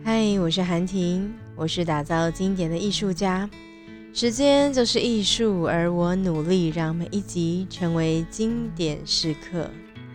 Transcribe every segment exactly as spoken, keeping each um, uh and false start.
嗨，我是韩婷，我是打造经典的艺术家。时间就是艺术，而我努力让每一集成为经典时刻。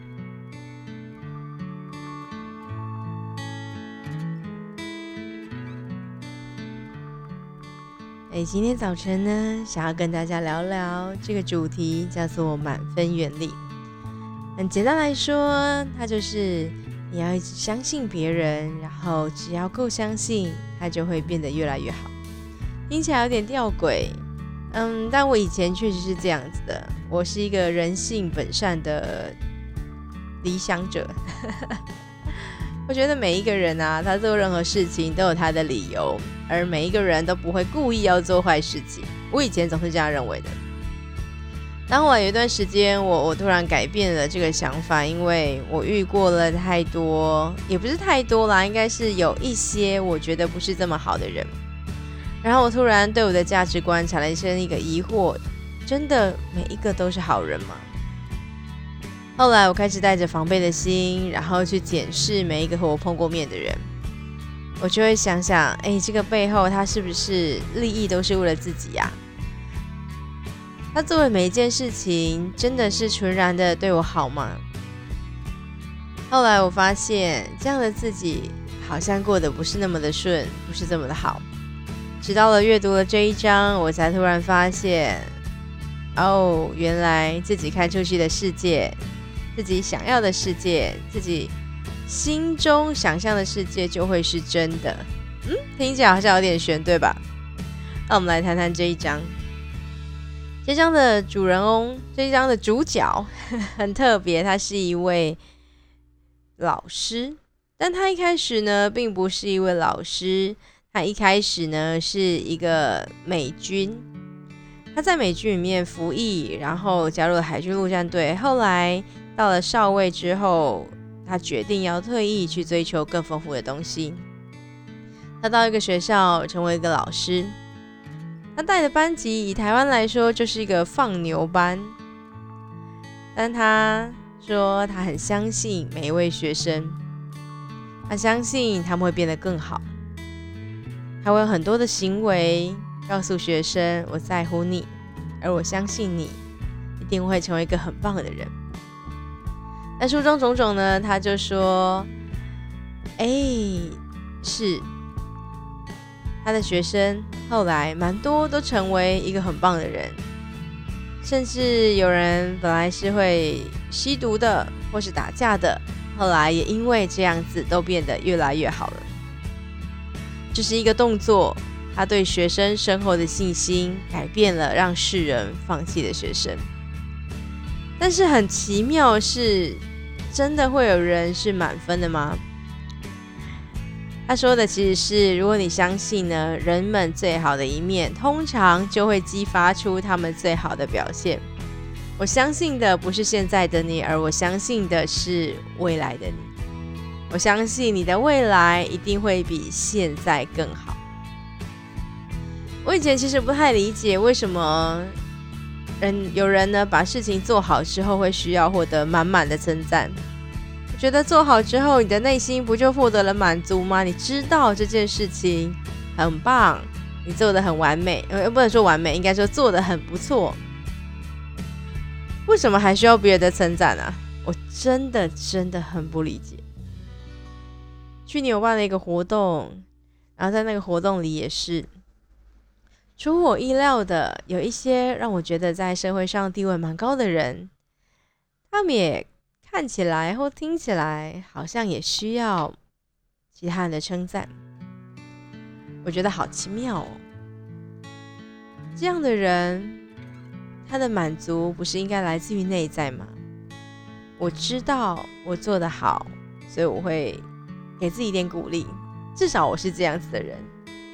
哎，今天早晨呢，想要跟大家聊聊这个主题，叫做满分原理。很简单来说，它就是你要一直相信别人，然后只要够相信，它就会变得越来越好。听起来有点吊诡，嗯，但我以前确实是这样子的。我是一个人性本善的理想者。我觉得每一个人啊，他做任何事情都有他的理由，而每一个人都不会故意要做坏事情。我以前总是这样认为的。当我有一段时间我，我突然改变了这个想法，因为我遇过了太多，也不是太多啦，应该是有一些我觉得不是这么好的人。然后我突然对我的价值观产生一个疑惑：真的每一个都是好人吗？后来我开始带着防备的心，然后去检视每一个和我碰过面的人，我就会想想，哎，这个背后他是不是利益都是为了自己呀？他做的每一件事情真的是纯然的对我好吗？后来我发现这样的自己好像过得不是那么的顺，不是这么的好。直到了阅读了这一章，我才突然发现，哦，原来自己看出去的世界，自己想要的世界，自己心中想象的世界就会是真的。嗯，听起来好像有点悬，对吧？那我们来谈谈这一章。这章的主人翁，这一章的主角很特别，他是一位老师，但他一开始呢，并不是一位老师，他一开始呢是一个美军，他在美军里面服役，然后加入了海军陆战队，后来到了少尉之后，他决定要退役，去追求更丰富的东西。他到一个学校成为一个老师。他带的班级以台湾来说就是一个放牛班，但他说他很相信每一位学生，他相信他们会变得更好，他会有很多的行为告诉学生我在乎你，而我相信你一定会成为一个很棒的人。在书中种种呢，他就说哎，是他的学生后来蛮多都成为一个很棒的人，甚至有人本来是会吸毒的或是打架的，后来也因为这样子都变得越来越好了。这是一个动作，他对学生深厚的信心改变了让世人放弃的学生。但是很奇妙的是，真的会有人是满分的吗？他说的其实是，如果你相信呢，人们最好的一面通常就会激发出他们最好的表现。我相信的不是现在的你，而我相信的是未来的你。我相信你的未来一定会比现在更好。我以前其实不太理解为什么人有人呢把事情做好之后会需要获得满满的称赞。觉得做好之后，你的内心不就获得了满足吗？你知道这件事情很棒，你做得很完美，呃，不能说完美，应该说做得很不错。为什么还需要别人的称赞啊？我真的真的很不理解。去年我办了一个活动，然后在那个活动里也是出乎我意料的，有一些让我觉得在社会上地位蛮高的人，他们也看起来或听起来好像也需要其他人的称赞，我觉得好奇妙哦。这样的人，他的满足不是应该来自于内在吗？我知道我做得好，所以我会给自己一点鼓励，至少我是这样子的人。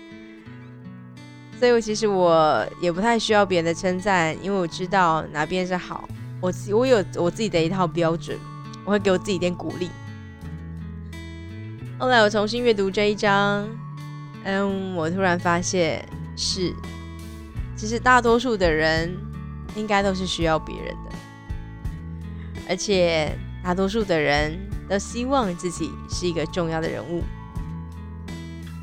所以我其实我也不太需要别人的称赞，因为我知道哪边是好。我, 我有我自己的一套标准，我会给我自己一点鼓励。后来我重新阅读这一章，嗯，我突然发现是，其实大多数的人应该都是需要别人的，而且大多数的人都希望自己是一个重要的人物。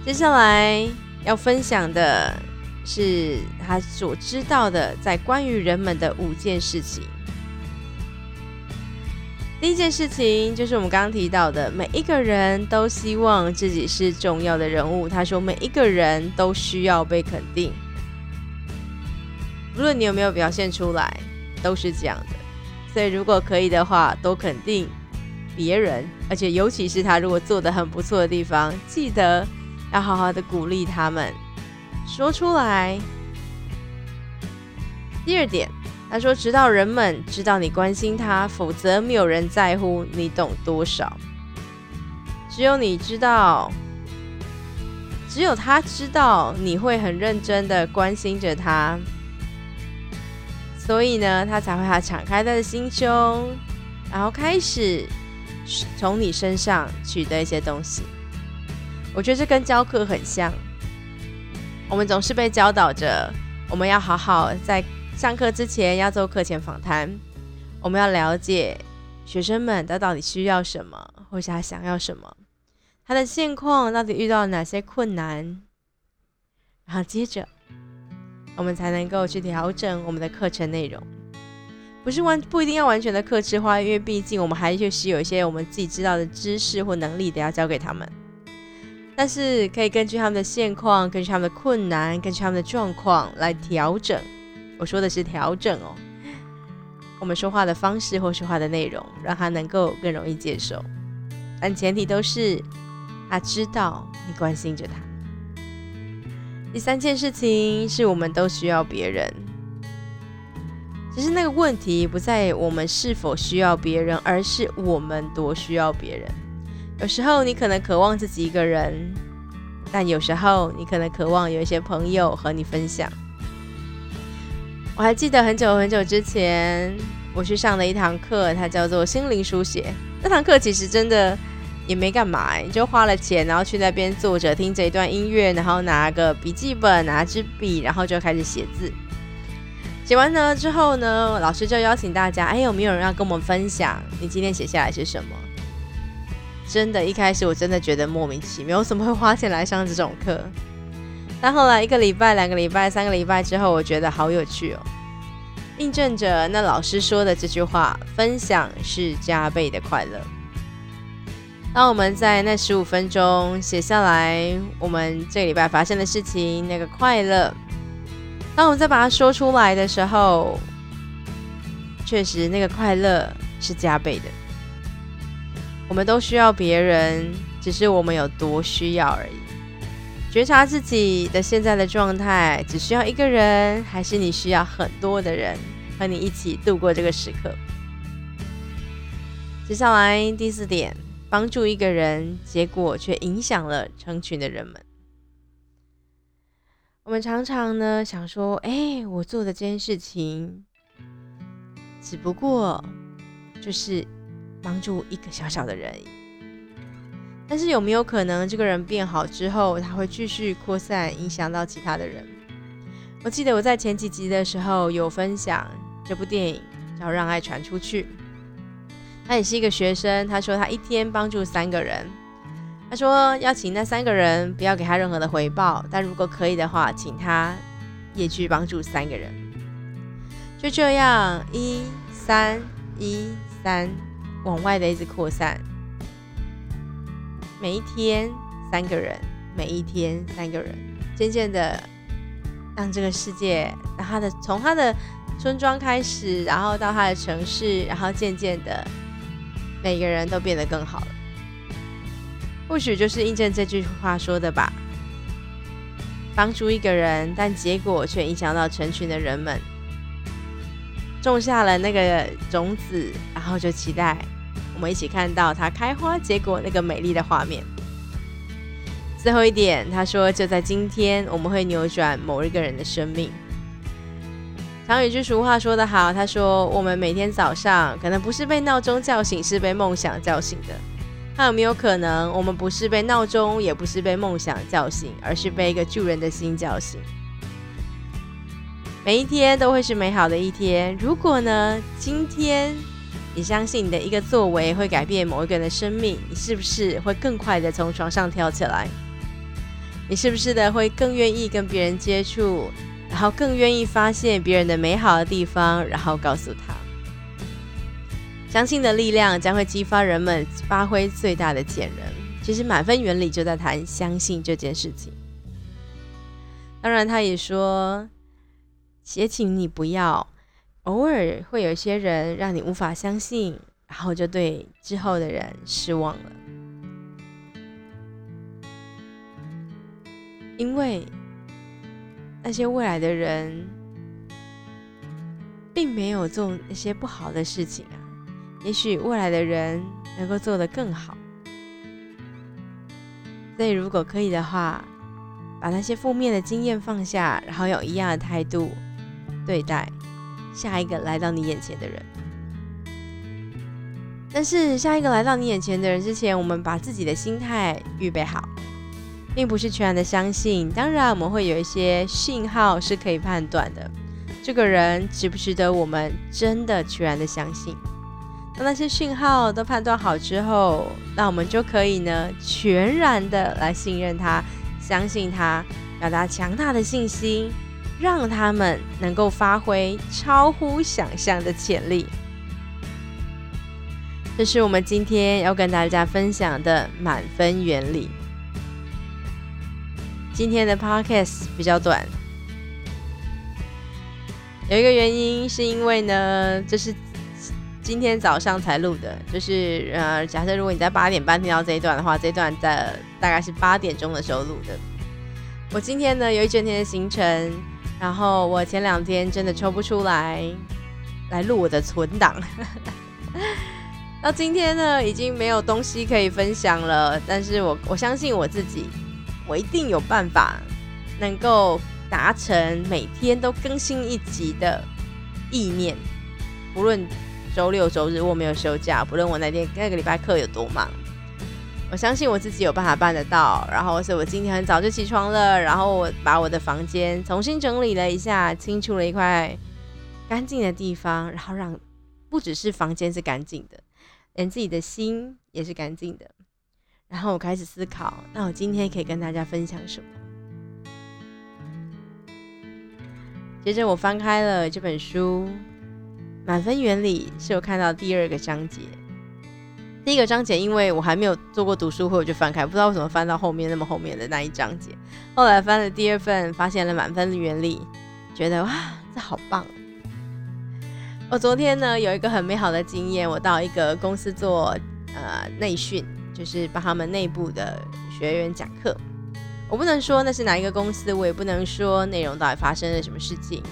接下来要分享的是他所知道的在关于人们的五件事情。第一件事情就是我们刚刚提到的，每一个人都希望自己是重要的人物。他说每一个人都需要被肯定，无论你有没有表现出来都是这样的。所以如果可以的话，多肯定别人，而且尤其是他如果做得很不错的地方，记得要好好的鼓励他们，说出来。第二点，他说直到人们知道你关心他，否则没有人在乎你懂多少。只有你知道，只有他知道你会很认真的关心着他，所以呢，他才会他敞开他的心胸，然后开始从你身上取得一些东西。我觉得这跟教课很像，我们总是被教导着，我们要好好在上课之前要做课前访谈，我们要了解学生们他到底需要什么，或是他想要什么，他的现况到底遇到哪些困难，然后接着我们才能够去调整我们的课程内容。不是完不一定要完全的客制化，因为毕竟我们还是有一些我们自己知道的知识或能力得要教给他们，但是可以根据他们的现况，根据他们的困难，根据他们的状况来调整。我说的是调整哦，我们说话的方式或说话的内容，让他能够更容易接受，但前提都是他知道你关心着他。第三件事情是我们都需要别人。其实那个问题不在我们是否需要别人，而是我们多需要别人。有时候你可能渴望自己一个人，但有时候你可能渴望有一些朋友和你分享。我还记得很久很久之前我去上的一堂课，它叫做心灵书写。那堂课其实真的也没干嘛，你就花了钱，然后去那边坐着听这一段音乐，然后拿个笔记本，拿支笔，然后就开始写字。写完了之后呢，老师就邀请大家，哎，有没有人要跟我们分享你今天写下来是什么？真的，一开始我真的觉得莫名其妙，为什么会花钱来上这种课？但后来一个礼拜、两个礼拜、三个礼拜之后，我觉得好有趣哦，印证着那老师说的这句话：分享是加倍的快乐。当我们在那十五分钟写下来我们这个礼拜发生的事情，那个快乐，当我们再把它说出来的时候，确实那个快乐是加倍的。我们都需要别人，只是我们有多需要而已。觉察自己的现在的状态，只需要一个人，还是你需要很多的人和你一起度过这个时刻？接下来第四点，帮助一个人，结果却影响了成群的人们。我们常常呢想说，哎，我做的这件事情，只不过就是帮助一个小小的人而已。但是有没有可能这个人变好之后，他会继续扩散，影响到其他的人？我记得我在前几集的时候有分享这部电影叫《让爱传出去》。他也是一个学生，他说他一天帮助三个人，他说要请那三个人不要给他任何的回报，但如果可以的话，请他也去帮助三个人。就这样一三一三往外的一直扩散，每一天三个人，每一天三个人，渐渐的让这个世界，让他的从他的村庄开始，然后到他的城市，然后渐渐的每个人都变得更好了。或许就是印证这句话说的吧，帮助一个人，但结果却影响到成群的人们，种下了那个种子，然后就期待我们一起看到它开花结果那个美丽的画面。最后一点，他说就在今天我们会扭转某一个人的生命。常有一句俗话说得好，他说我们每天早上可能不是被闹钟叫醒，是被梦想叫醒的。那有没有可能我们不是被闹钟，也不是被梦想叫醒，而是被一个助人的心叫醒？每一天都会是美好的一天。如果呢，今天你相信你的一个作为会改变某一个人的生命，你是不是会更快的从床上跳起来？ 你是不是的会更愿意跟别人接触，然后更愿意发现别人的美好的地方，然后告诉他。相信的力量将会激发人们发挥最大的潜能。其实满分原理就在谈相信这件事情。当然他也说，也请你不要偶尔会有一些人让你无法相信，然后就对之后的人失望了。因为那些未来的人并没有做那些不好的事情啊，也许未来的人能够做得更好。所以如果可以的话，把那些负面的经验放下，然后用一样的态度对待下一个来到你眼前的人。但是下一个来到你眼前的人之前，我们把自己的心态预备好，并不是全然的相信。当然我们会有一些信号是可以判断的，这个人值不值得我们真的全然的相信。当那些讯号都判断好之后，那我们就可以呢全然的来信任他，相信他，表达强大的信心，让他们能够发挥超乎想象的潜力。这是我们今天要跟大家分享的满分原理。今天的 podcast 比较短，有一个原因是因为呢，这是今天早上才录的，就是呃，假设如果你在八点半听到这一段的话，这一段在大概是八点钟的时候录的。我今天呢有一整天的行程，然后我前两天真的抽不出来来录我的存档，到今天呢已经没有东西可以分享了，但是我我相信我自己，我一定有办法能够达成每天都更新一集的意念，不论周六周日我没有休假，不论我那天那个礼拜课有多忙，我相信我自己有办法办得到。然后所以我今天很早就起床了，然后我把我的房间重新整理了一下，清除了一块干净的地方，然后让不只是房间是干净的，连自己的心也是干净的。然后我开始思考，那我今天可以跟大家分享什么。接着我翻开了这本书满分原理，是我看到第二个章节。第一个章节因为我还没有做过读书会，我就翻开，不知道为什么翻到后面那么后面的那一章节。后来翻了第二份，发现了满分的原理，觉得哇，这好棒。我昨天呢有一个很美好的经验，我到一个公司做呃内训，就是帮他们内部的学员讲课。我不能说那是哪一个公司，我也不能说内容到底发生了什么事情，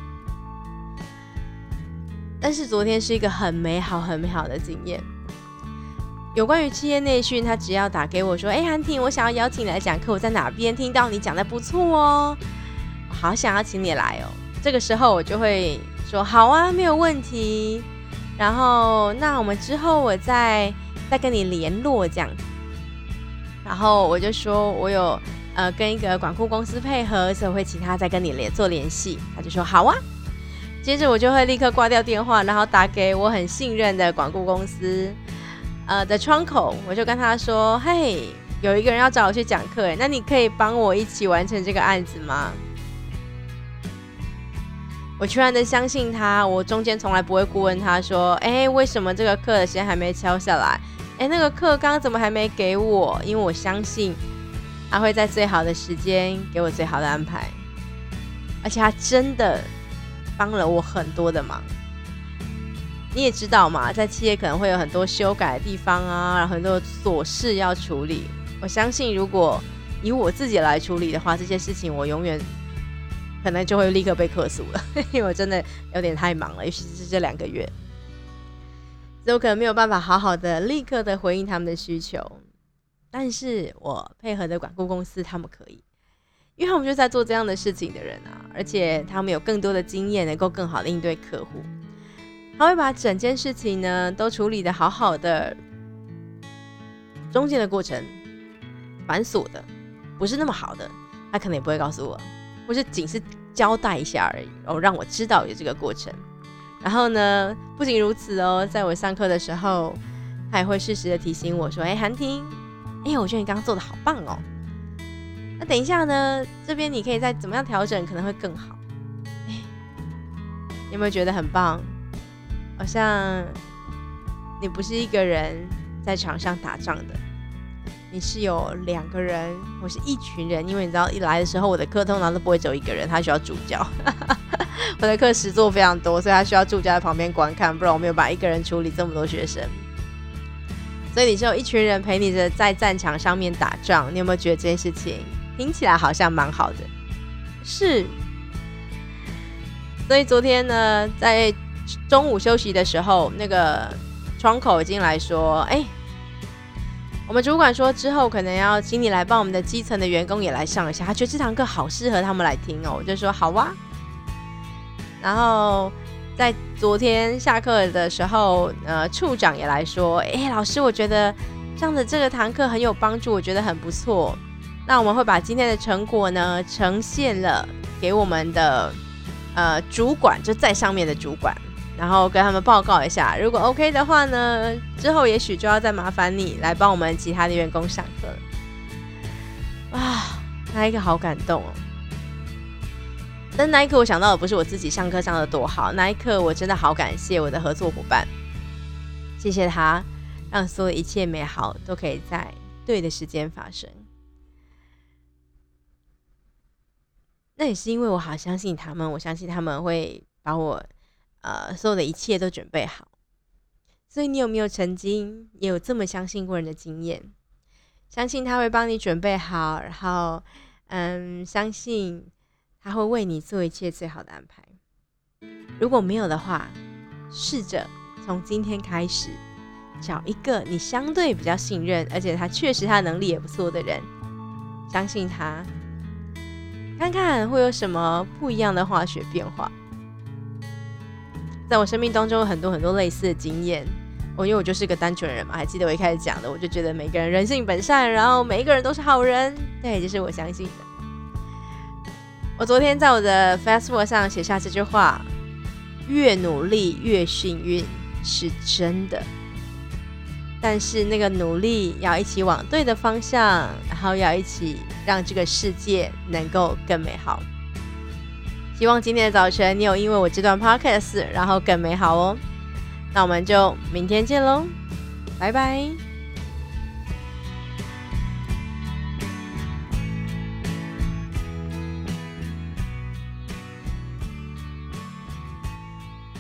但是昨天是一个很美好很美好的经验。有关于企业内训，他只要打给我说，哎，韩婷，我想要邀请你来讲课，我在哪边听到你讲的不错哦，我好想要请你来哦。这个时候我就会说好啊，没有问题，然后那我们之后我再再跟你联络这样子。然后我就说我有呃跟一个管顾公司配合，所以我会请他再跟你联做联系。他就说好啊。接着我就会立刻挂掉电话，然后打给我很信任的管顾公司呃的窗口，我就跟他说，嘿，有一个人要找我去讲课，那你可以帮我一起完成这个案子吗？我全然的相信他，我中间从来不会过问他说，哎，为什么这个课的时间还没敲下来？哎，那个课刚刚怎么还没给我？因为我相信他会在最好的时间给我最好的安排，而且他真的帮了我很多的忙。你也知道嘛，在企业可能会有很多修改的地方啊，然后很多琐事要处理。我相信如果以我自己来处理的话，这些事情我永远可能就会立刻被客诉了，因为我真的有点太忙了，尤其是这两个月，所以我可能没有办法好好的立刻的回应他们的需求。但是我配合的管顾公司他们可以，因为他们就在做这样的事情的人啊，而且他们有更多的经验，能够更好的应对客户。他会把整件事情呢都处理的好好的，中间的过程繁琐的不是那么好的，他可能也不会告诉我，或是仅是交代一下而已，然后让我知道有这个过程。然后呢，不仅如此哦，在我上课的时候，他也会适时的提醒我说，哎，韩婷，哎，我觉得你刚刚做的好棒哦。 那等一下呢，这边你可以再怎么样调整，可能会更好。你有没有觉得很棒？好像你不是一个人在场上打仗的，你是有两个人或是一群人。因为你知道一来的时候我的课通常都不会只有一个人，他需要助教我的课实作非常多，所以他需要助教在旁边观看，不然我没有办法一个人处理这么多学生。所以你是有一群人陪你在战场上面打仗，你有没有觉得这件事情听起来好像蛮好的？是。所以昨天呢，在中午休息的时候，那个窗口已经来说，哎、欸，我们主管说之后可能要请你来帮我们的基层的员工也来上一下，他觉得这堂课好适合他们来听哦。我就说好啊。然后在昨天下课的时候，呃，处长也来说，哎、欸，老师，我觉得上的这个堂课很有帮助，我觉得很不错。那我们会把今天的成果呢呈现了给我们的呃主管，就在上面的主管，然后跟他们报告一下。如果 OK 的话呢，之后也许就要再麻烦你来帮我们其他的员工上课了。啊，那一个好感动哦。但那一刻我想到的不是我自己上课上的多好，那一刻我真的好感谢我的合作伙伴，谢谢他让所有一切美好都可以在对的时间发生。那也是因为我好相信他们，我相信他们会把我呃所有的一切都准备好。所以你有没有曾经也有这么相信过人的经验？相信他会帮你准备好，然后嗯，相信他会为你做一切最好的安排。如果没有的话，试着从今天开始找一个你相对比较信任，而且他确实他能力也不错的人，相信他，看看会有什么不一样的化学变化。在我生命当中有很多很多类似的经验，我因为我就是个单纯人嘛，还记得我一开始讲的，我就觉得每个人人性本善，然后每一个人都是好人，对，这是我相信的。我昨天在我的 Facebook 上写下这句话，越努力越幸运，是真的，但是那个努力要一起往对的方向，然后要一起让这个世界能够更美好。希望今天的早晨你有因为我这段 podcast 然后更美好哦。那我们就明天见咯，拜拜。